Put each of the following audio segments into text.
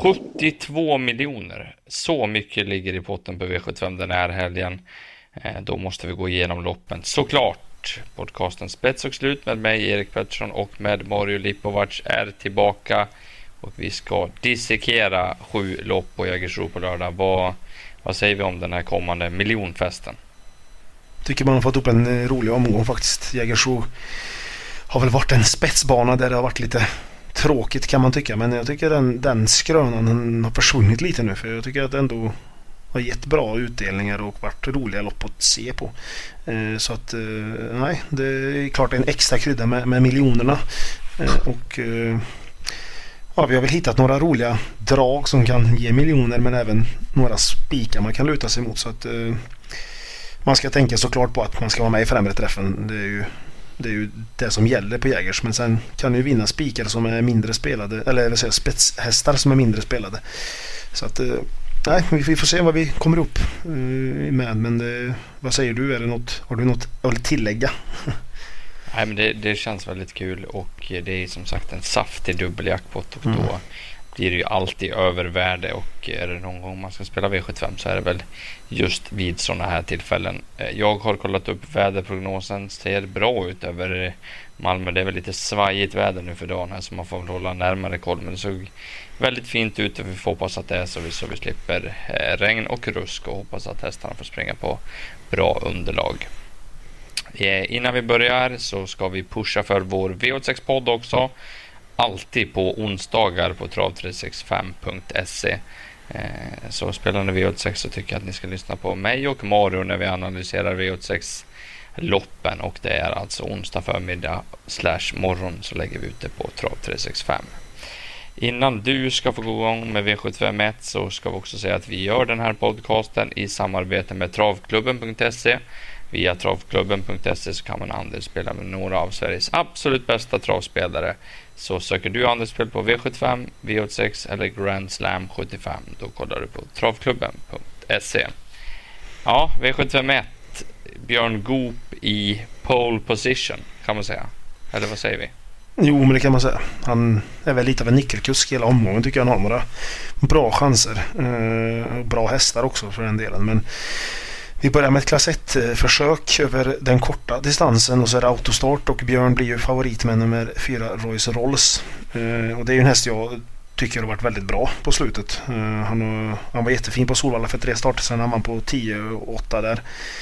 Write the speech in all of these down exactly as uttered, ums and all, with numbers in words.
sjuttiotvå miljoner. Så mycket ligger i potten på V sjuttiofem den här helgen. Eh, då måste vi gå igenom loppen. Såklart, podcasten Spets och slut med mig, Erik Pettersson, och med Mario Lipovac är tillbaka. Och vi ska dissekera sju lopp på Jägersro på lördag. Vad, vad säger vi om den här kommande miljonfesten? Tycker man har fått upp en rolig omgång faktiskt. Jägersro har väl varit en spetsbana där det har varit lite tråkigt kan man tycka. Men jag tycker den, den skrönan den har försvunnit lite nu. För jag tycker att det ändå har gett bra utdelningar och varit roliga lopp att se på. Eh, så att, eh, nej, det är klart en extra krydda med, med miljonerna. Eh, och eh, ja, vi har väl hittat några roliga drag som kan ge miljoner, men även några spikar man kan luta sig mot. Så att eh, man ska tänka såklart på att man ska vara med i främre träffen. Det är ju det, är ju det som gäller på Jägers. Men sen kan du vinna spikar som är mindre spelade, eller vill säga spetshästar som är mindre spelade. Så att eh, nej, vi får se vad vi kommer upp eh, med. Men det, vad säger du? Är det något, har du något att tillägga? Nej, men det, det känns väldigt kul, och det är som sagt en saftig dubbeljackpot, och mm. då blir det ju alltid övervärde, och är det någon gång man ska spela V sjuttiofem så är det väl just vid sådana här tillfällen. Jag har kollat upp väderprognosen, ser bra ut över Malmö. Det är väl lite svajigt väder nu för dagen här, så man får väl hålla närmare koll, men det såg väldigt fint ut, och vi får hoppas att det är så vi, så vi slipper regn och rusk, och hoppas att hästarna får springa på bra underlag. Eh, innan vi börjar så ska vi pusha för vår V åttiosex-podd också. Alltid på onsdagar på trav tre sextiofem punkt se. Eh, så spelar ni V åttiosex så tycker jag att ni ska lyssna på mig och Mario när vi analyserar V åttiosex-loppen. Och det är alltså onsdag förmiddag slash morgon så lägger vi ut det på trav tre sextiofem. Innan du ska få gå igång med V sjuttiofem ett så ska vi också säga att vi gör den här podcasten i samarbete med travklubben punkt se. Via travklubben punkt se så kan man andelsspela med några av Sveriges absolut bästa travspelare. Så söker du andelsspel på V sjuttiofem, V åttiosex eller Grand Slam sjuttiofem, då kollar du på travklubben punkt se. Ja, V sjuttiofem ett, Björn Goop i pole position kan man säga. Eller vad säger vi? Jo, men det kan man säga. Han är väl lite av en nyckelkusk hela omgången, tycker jag. Han har några bra chanser. Eh, bra hästar också för den delen. Men vi börjar med ett klass ett-försök över den korta distansen, och så är det autostart, och Björn blir ju favorit med nummer fyra Royce Rolls. Eh, och det är ju en häst jag tycker har varit väldigt bra på slutet. Eh, han, han var jättefin på Solvalla för tre starter, sen han var på tio och åtta där.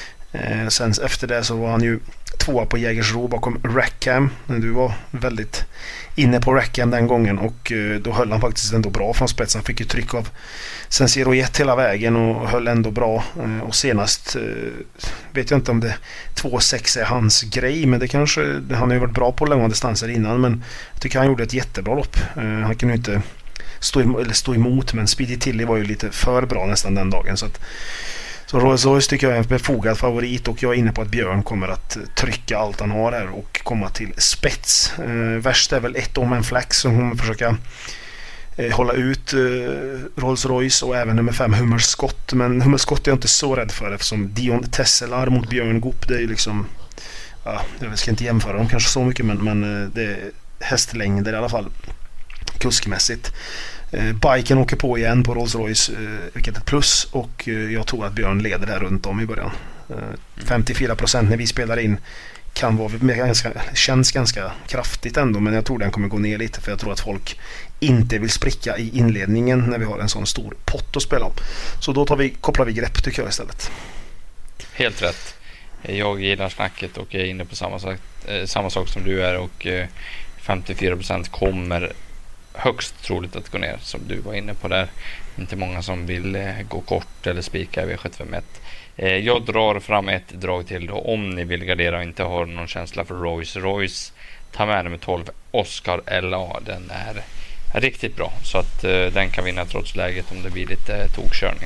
Eh, sen efter det så var han ju tvåa på Jägersro bakom Rackham. Du var väldigt inne på Rackham den gången, och eh, då höll han faktiskt ändå bra från spetsen. Han fick ju tryck av Sensero ett hela vägen och höll ändå bra. Eh, och senast eh, vet jag inte om det två sex är hans grej, men det kanske, han har ju varit bra på långa distanser innan, men jag tycker han gjorde ett jättebra lopp. Eh, han kunde ju inte stå, em- eller stå emot, men Speedy Tilly var ju lite för bra nästan den dagen, så att Så Rolls Royce tycker jag är en befogad favorit, och jag är inne på att Björn kommer att trycka allt han har här och komma till spets. Eh, värst är väl ett om en flax som kommer försöka eh, hålla ut eh, Rolls Royce, och även nummer fem Hummers Scott. Men Hummers Scott är jag inte så rädd för, eftersom Dion Tesselar mot Björn Goop, det är ju liksom, ja, jag ska inte jämföra dem kanske så mycket, men, men det är hästlängder i alla fall kuskmässigt. Eh, biken åker på igen på Rolls Royce, eh, vilket är ett plus, och eh, jag tror att Björn leder där runt om i början. Eh, femtiofyra procent när vi spelar in kan vara ganska, känns ganska kraftigt ändå, men jag tror den kommer gå ner lite, för jag tror att folk inte vill spricka i inledningen när vi har en sån stor pott att spela om. Så då tar vi, kopplar vi grepp tycker jag istället. Helt rätt. Jag gillar snacket och är inne på samma sak, eh, samma sak som du är, och eh, femtiofyra procent kommer högst troligt att gå ner, som du var inne på där. Inte många som vill eh, gå kort eller spika i V sjuttiofem ett. Eh, jag drar fram ett drag till då, om ni vill gardera och inte har någon känsla för Royce Royce. Ta med nummer tolv Oscar L A. Den är, är riktigt bra, så att eh, den kan vinna trots läget om det blir lite eh, tokkörning.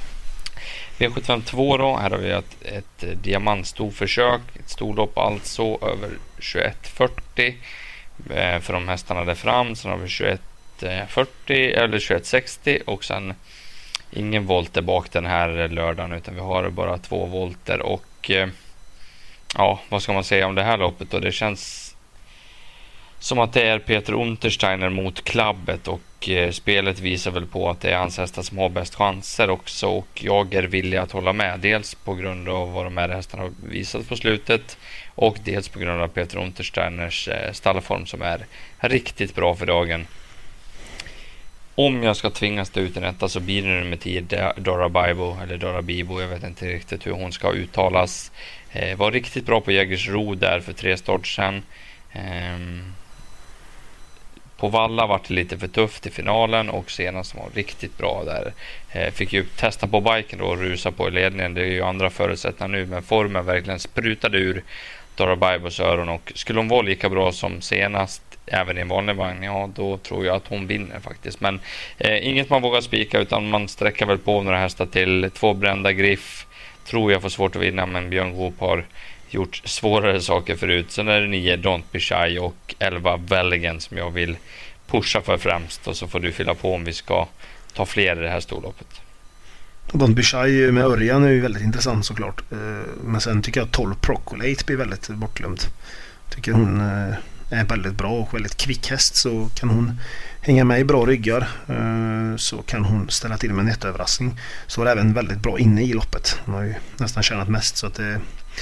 V sjuttiofem två då, här har vi ett, ett diamantstorförsök, ett storlopp alltså över tjugoett fyrtio. För de hästarna där fram. Sen har vi tjugoett fyrtio eller tjugoett sextio, och sen ingen volter bak den här lördagen, utan vi har bara två volter. Och ja, vad ska man säga om det här loppet då? Det känns som att det är Peter Untersteiner mot Klabbet, och och eh, spelet visar väl på att det är hans hästar som har bäst chanser också, och jag är villig att hålla med, dels på grund av vad de här hästarna har visat på slutet och dels på grund av Peter Untersteiners eh, stallform som är riktigt bra för dagen. Om jag ska tvingas ta ut en etta så blir det nummer tio Dora Bibo, eller Dora Bibo, jag vet inte riktigt hur hon ska uttalas. Eh, var riktigt bra på Jägersro där för tre start sedan. Eh, på Valla var det lite för tufft i finalen och senast var riktigt bra där. Eh, fick ju testa på biken då och rusa på i ledningen. Det är ju andra förutsättningar nu, men formen verkligen sprutade ur Dora Bibos öron, och skulle hon vara lika bra som senast även i en vanlig vagn, ja då tror jag att hon vinner faktiskt. Men eh, inget man vågar spika, utan man sträcker väl på några hästar till. Två Brända Griff tror jag får svårt att vinna, men Björn Goop har gjort svårare saker förut. Sen är det nio Don't Be Shy och elva Velligan som jag vill pusha för främst, och så får du fylla på om vi ska ta fler i det här storloppet. Don't Be Shy med Örjan är ju väldigt intressant såklart. Men sen tycker jag att tolv Procolate blir väldigt bortglömt. Tycker hon är väldigt bra och väldigt kvick häst, så kan hon hänga med i bra ryggar, så kan hon ställa till med en jätteöverraskning. Så är även väldigt bra inne i loppet. Hon har ju nästan tjänat mest, så att det,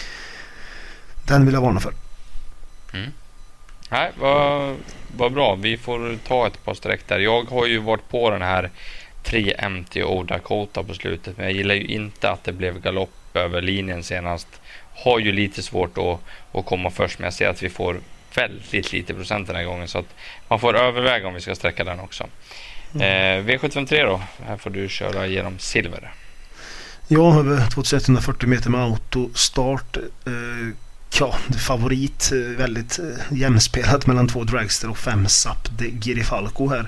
den vill jag varna för. Mm. Nej, vad, vad bra. Vi får ta ett par streck där. Jag har ju varit på den här tre M T O Dakota på slutet, men jag gillar ju inte att det blev galopp över linjen senast. Har ju lite svårt att, att komma först, men jag ser att vi får väldigt lite procent den här gången, så att man får överväga om vi ska sträcka den också. Mm. Eh, V sjuttiofemtio då, här får du köra genom silver. Ja, över tvåtusen meter med autostart. Eh, ja, favorit. Väldigt eh, jämspelat mellan två Dragster och fem Zap de Girifalco här.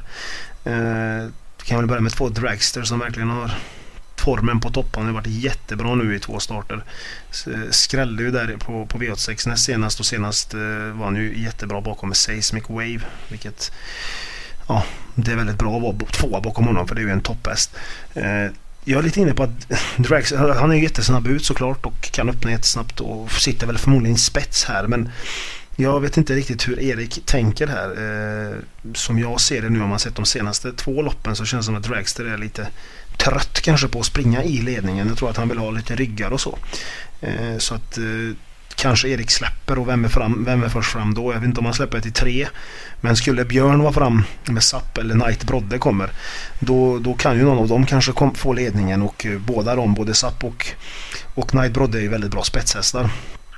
Eh, kan väl börja med två Dragster som verkligen har formen på toppen. Han har varit jättebra nu i två starter. Skrällde ju där på, på V åttiosex näst senast, och senast eh, var han ju jättebra bakom med Seismic Wave, vilket ja, det är väldigt bra att vara två bakom honom, för det är ju en topphäst. Eh, jag är lite inne på att Drax, han är ju jättesnabb ut såklart och kan öppna jättesnabbt och sitter väl förmodligen i spets här, men jag vet inte riktigt hur Erik tänker här. Eh, som jag ser det nu, om man sett de senaste två loppen, så känns det som att Dragster är lite trött kanske på att springa i ledningen. Jag tror att han vill ha lite ryggar och så. Eh, så att eh, kanske Erik släpper, och vem är, fram, vem är först fram då? Jag vet inte om han släpper till tre. Men skulle Björn vara fram med Zap eller Knight Brodde kommer, då, då kan ju någon av dem kanske kom, få ledningen, och eh, båda de, både Zap och, och Knight Brodde är ju väldigt bra spetshästar.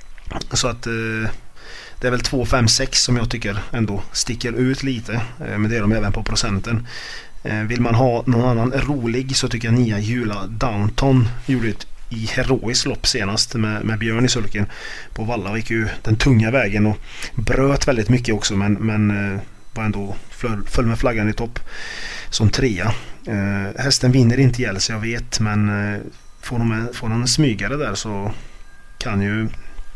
Så att eh, det är väl två, fem, sex som jag tycker ändå sticker ut lite, eh, men det är de även på procenten. Vill man ha någon annan rolig, så tycker jag nia Jula Downton gjorde ett i heroiskt lopp senast med, med Björn i sulken på Valla, och gick ju den tunga vägen och bröt väldigt mycket också, men, men var ändå föll, föll med flaggan i topp som trea. Eh, hästen vinner inte ihjäl sig, jag vet, men eh, får han får en smygare där så kan ju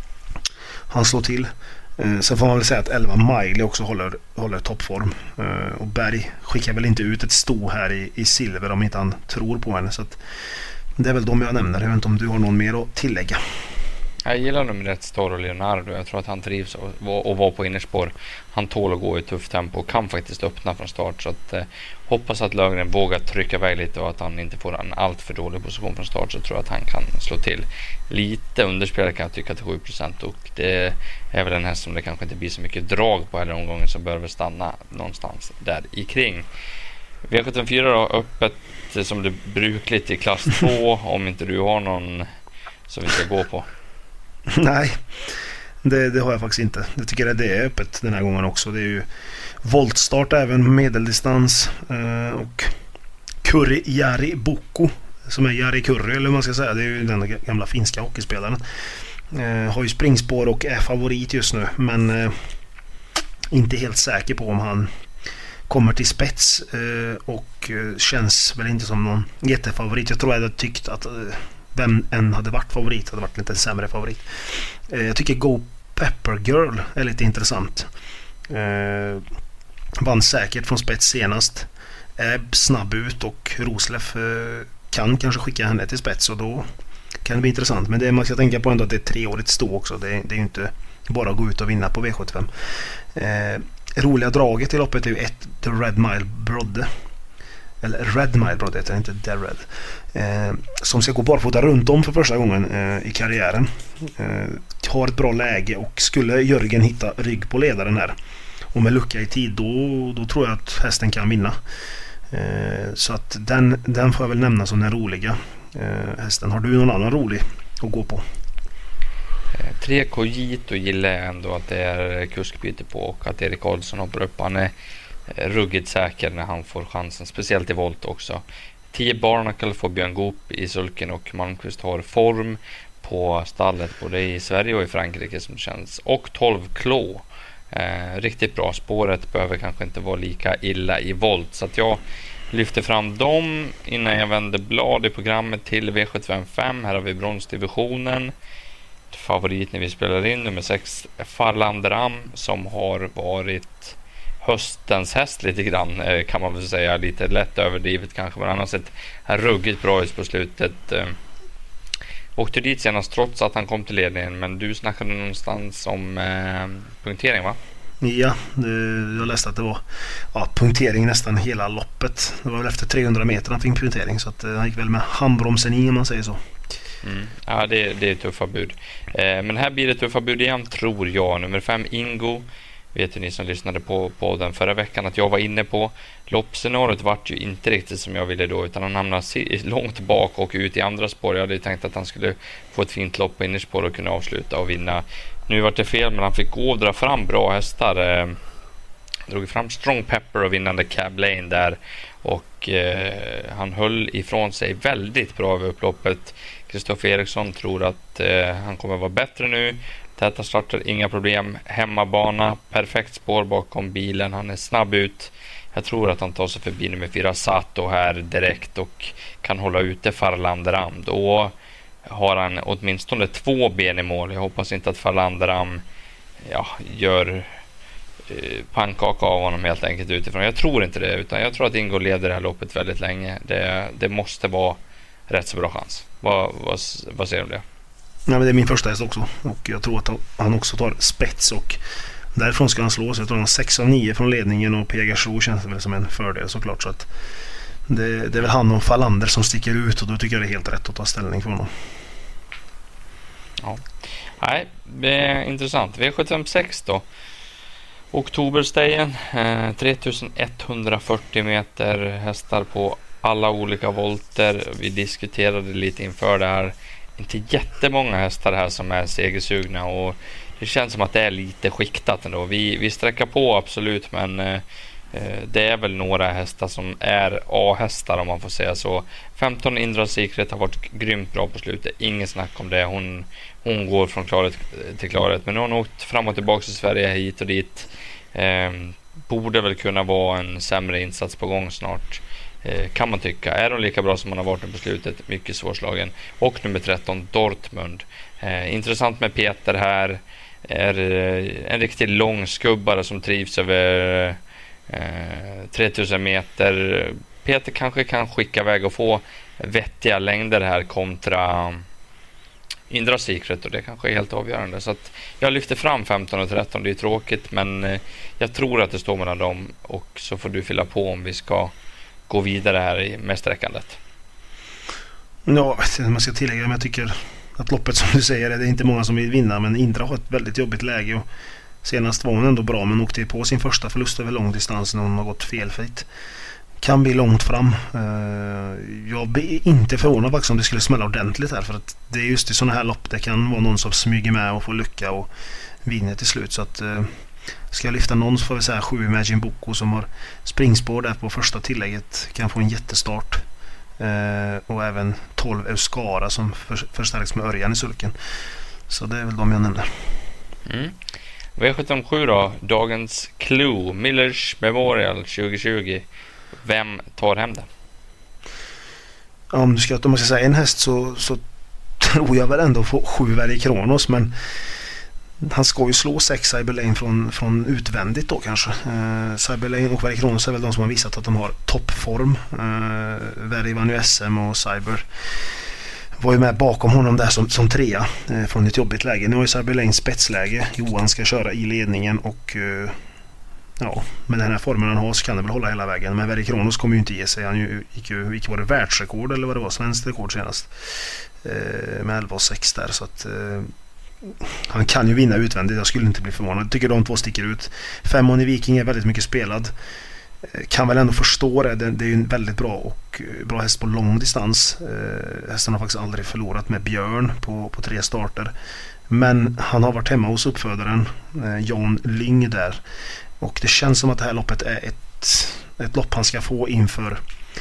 han slå till. Eh, sen får man väl säga att elva Miley också håller, håller toppform. Eh, och Berg skickar väl inte ut ett sto här i, i silver om inte han tror på henne. Så att det är väl de jag nämner. Jag vet inte om du har någon mer att tillägga. Jag gillar nummer ett Star och Leonardo. Jag tror att han trivs och, och var på innerspår. Han tål att gå i tufft tempo och kan faktiskt öppna från start. Så att, eh, hoppas att Löfgren vågar trycka iväg lite och att han inte får en allt för dålig position från start, så tror jag att han kan slå till. Lite underspelare kan jag tycka till sju procent, och det är väl en häst som det kanske inte blir så mycket drag på heller omgången, så bör väl stanna någonstans där i kring. V sjuttiofyra då, öppet som det brukligt i klass två, om inte du har någon som vi ska gå på. Nej, det, det har jag faktiskt inte. Jag tycker att det är öppet den här gången också. Det är ju voltstart även medeldistans, eh, och Kurri Jari Boko, som är Jari Kurri, eller man ska säga. Det är ju den gamla finska hockeyspelaren. Eh, har ju springspår och är favorit just nu, men eh, inte helt säker på om han kommer till spets, eh, och eh, känns väl inte som någon jättefavorit. Jag tror jag hade tyckt att eh, vem än hade varit favorit hade varit lite sämre favorit. Eh, jag tycker Go Pepper Girl är lite intressant. Eh, vann säkert från spets senast. Är snabb ut, och Rosleff eh, kan kanske skicka henne till spets, och då kan det bli intressant. Men det man ska tänka på ändå att det är treårigt stå också. Det, det är ju inte bara att gå ut och vinna på V sjuttiofem. Eh, roliga draget i loppet är ju ett The Red Mile Brodde. eller Red Mile Bro, det heter inte Dead Red, eh, som ska gå barfota runt om för första gången eh, i karriären. Eh, har ett bra läge, och skulle Jörgen hitta rygg på ledaren här och med lucka i tid, då, då tror jag att hästen kan vinna. Eh, så att den, den får jag väl nämna som den roliga eh, hästen. Har du någon annan rolig att gå på? tre K Gito gillar jag ändå att det är kuskbyte på, och att Erik Olsson hoppar upp. Han är ruggigt säker när han får chansen, speciellt i volt också. tio Barnacle får Björn Goop i sulken, och Malmqvist har form på stallet både i Sverige och i Frankrike som känns. Och tolv Klå. Eh, riktigt bra. Spåret behöver kanske inte vara lika illa i volt, så att jag lyfter fram dem innan jag vänder blad i programmet till V sjuttiofem. Här har vi bronsdivisionen. Favorit när vi spelar in nummer sex Farlanderam, som har varit höstens häst lite grann, kan man väl säga, lite lätt överdrivet kanske, men annars ett ruggigt bra ut på slutet. Åkte dit senast trots att han kom till ledningen, men du snackade någonstans om eh, punktering, va? Ja, jag läste att det var ja, punktering nästan hela loppet. Det var väl efter trehundra meter han fick punktering, så att han gick väl med handbromsen i, om man säger så. Mm. Ja, det, det är tuffa bud. Eh, men här blir det tuffa bud igen, tror jag. Nummer fem Ingo. Vet ju ni som lyssnade på, på den förra veckan att jag var inne på. Loppscenariot vart ju inte riktigt som jag ville då, utan han hamnade långt bak och ut i andra spår. Jag hade tänkt att han skulle få ett fint lopp på innerspår och kunna avsluta och vinna. Nu vart det fel, men han fick gå och dra fram bra hästar. Eh, drog fram Strong Pepper och vinnande Cab Lane där. Och eh, han höll ifrån sig väldigt bra över upploppet. Kristoffer Eriksson tror att eh, han kommer vara bättre nu. Täta starter, inga problem. Hemmabana, perfekt spår bakom bilen. Han är snabb ut. Jag tror att han tar sig förbi nummer fyra Sato här direkt och kan hålla ute Farlanderam. Då har han åtminstone två ben i mål. Jag hoppas inte att Farlanderam ja, gör eh, pannkaka av honom helt enkelt utifrån. Jag tror inte det, utan jag tror att Ingo leder det här loppet väldigt länge. Det, det måste vara rätt så bra chans. Vad, vad, vad säger du om det? Ja, men det är min första häst också, och jag tror att han också tar spets, och därifrån ska han slå. Så jag tror han sex av nio från ledningen, och Pegaso känns det väl som en fördel såklart. Så att det, det är väl han och Fallander som sticker ut, och då tycker jag det är helt rätt att ta ställning för honom. Ja, nej, det är intressant. V sjuttiofem då. Oktoberstejen, eh, tre tusen etthundrafyrtio meter, hästar på alla olika volter. Vi diskuterade lite inför det här. Inte jättemånga hästar här som är segersugna, och det känns som att det är lite skiktat ändå. Vi, vi sträcker på absolut, men eh, det är väl några hästar som är A-hästar om man får säga så. femton Indra Secret har varit grymt bra på slutet. Ingen snack om det. Hon, hon går från klarhet till klarhet, men nu har hon åkt fram och tillbaka till Sverige hit och dit. Eh, borde väl kunna vara en sämre insats på gång snart. Kan man tycka. Är de lika bra som man har varit på slutet? Mycket svårslagen. Och nummer tretton Dortmund. Eh, intressant med Peter här. Är eh, en riktigt lång skubbare som trivs över eh, tre tusen meter. Peter kanske kan skicka iväg och få vettiga längder här kontra Indra Secret, och det kanske är helt avgörande. Så att jag lyfter fram femton och tretton. Det är tråkigt, men eh, jag tror att det står mellan dem, och så får du fylla på om vi ska gå vidare här med sträckandet. Ja, jag vet inte om man ska tillägga, men jag tycker att loppet, som du säger, det är inte många som vill vinna, men Indra har ett väldigt jobbigt läge, och senast var hon ändå bra, men åkte på sin första förlust över lång distans när hon har gått felfritt. Kan bli långt fram. Jag blir inte förvånad faktiskt om det skulle smälla ordentligt här, för att det är just i sådana här lopp det kan vara någon som smyger med och får lycka och vinner till slut. Så att ska jag lyfta någon så får vi säga sju Imagine Boko, som har springspår där på första tillägget, kan få en jättestart. Eh, och även tolv Euskara som för, förstärks med Örjan i sulken. Så det är väl de jag nämner. Mm. V sjuttiosju då, dagens clue, Millers Memorial tjugo tjugo. Vem tar hem det? Om du ska, om man ska säga en häst, så, så tror jag väl ändå på sju Verry Kronos, men han ska ju slå sex Cyberlane från, från utvändigt då kanske. Eh, Cyberlane och Verry Kronos är väl de som har visat att de har toppform. Eh, Verry vann ju S M, och Cyber var ju med bakom honom där som, som trea eh, från ett jobbigt läge. Nu har ju Cyberlane spetsläge. Johan ska köra i ledningen, och eh, ja, med den här formen han har så kan det väl hålla hela vägen. Men Verre Kronos kommer ju inte ge sig. Han ju, gick ju, gick var det världsrekord eller vad det var, svenskt rekord senast. Eh, med elva och sex där. Så att eh, han kan ju vinna utvändigt. Jag skulle inte bli förvånad. Jag tycker de två sticker ut. Femon i Viking är väldigt mycket spelad. Eh, kan väl ändå förstå det. Det, det är ju en väldigt bra och bra häst på lång distans. Eh, hästen har faktiskt aldrig förlorat med Björn på, på tre starter. Men han har varit hemma hos uppfödaren eh, Jan Lyng där. Och det känns som att det här loppet är ett, ett lopp han ska få inför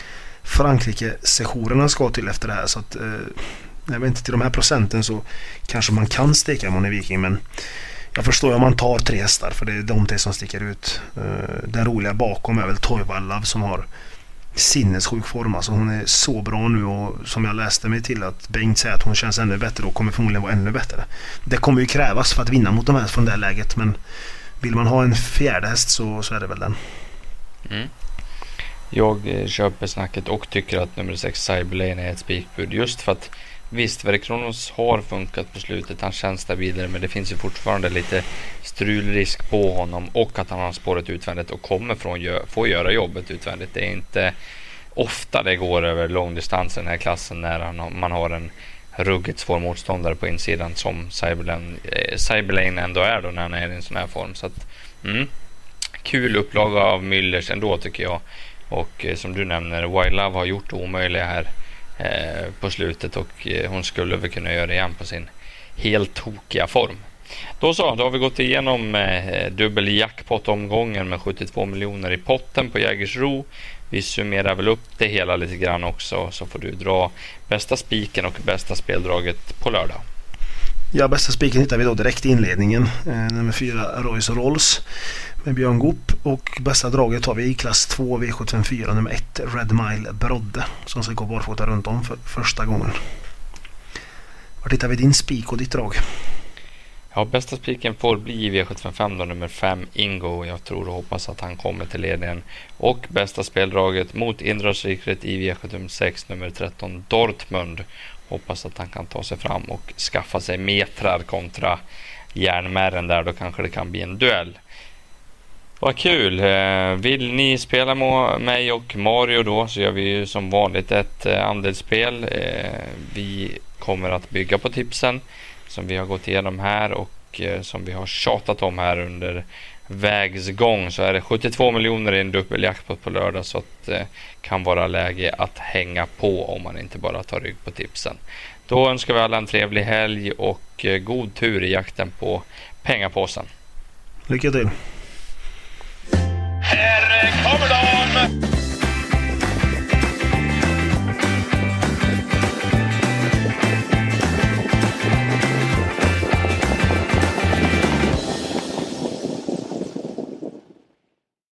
Frankrike-sessionerna ska till efter det här. Så att, eh, jag vet inte, till de här procenten så kanske man kan steka Money Viking. Men jag förstår om man tar tre hästar, för det är de tre som sticker ut. Eh, den roliga bakom är väl Toivallav som har sinnessjuk form. Alltså hon är så bra nu, och som jag läste mig till att Bengt säger att hon känns ännu bättre och kommer förmodligen vara ännu bättre. Det kommer ju krävas för att vinna mot de här från det här läget, men vill man ha en fjärde häst så, så är det väl den. Mm. Jag eh, köper snacket och tycker att nummer sex Cyberlane är ett spikbud, just för att visst, Verre Kronos har funkat på slutet, han känns där vidare, men det finns ju fortfarande lite strulrisk på honom, och att han har spåret utvändigt och kommer från gö- få göra jobbet utvändigt. Det är inte ofta det går över långdistans i den här klassen när han har, man har en ruggigt svår motståndare på insidan som Cyberlane, eh, Cyberlane ändå är då när han är i en sån här form. Så att, mm, kul upplaga av Müllers ändå tycker jag. Och eh, som du nämner, Wild Love har gjort det omöjliga här eh, på slutet, och eh, hon skulle väl kunna göra det igen på sin helt tokiga form. Då så, då har vi gått igenom eh, dubbel jackpot-omgången med sjuttiotvå miljoner i potten på Jägersro. Vi summerar väl upp det hela lite grann också, så får du dra bästa spiken och bästa speldraget på lördag. Ja, bästa spiken hittar vi då direkt i inledningen. Eh, nummer fyra Royce Rolls med Björn Goop, och bästa draget har vi i klass två V sjuttiofyra nummer ett Red Mile Brodde som ska gå barfota runt om för första gången. Var hittar vi din spik och ditt drag? Ja, bästa spiken får bli V sjuttiofem då, nummer fem Ingo. Jag tror och hoppas att han kommer till ledningen. Och bästa speldraget mot Indrasrikret i V sjuttionio nummer tretton Dortmund. Hoppas att han kan ta sig fram och skaffa sig metrar kontra järnmärren där. Då kanske det kan bli en duell. Vad kul! Vill ni spela med mig och Mario då, så gör vi ju som vanligt ett andelsspel. Vi kommer att bygga på tipsen som vi har gått igenom här, och som vi har tjatat om här under vägs gång, så är det sjuttiotvå miljoner i en dubbeljackpot på lördag, så att det kan vara läge att hänga på om man inte bara tar rygg på tipsen. Då önskar vi alla en trevlig helg och god tur i jakten på pengapåsen. Lycka till!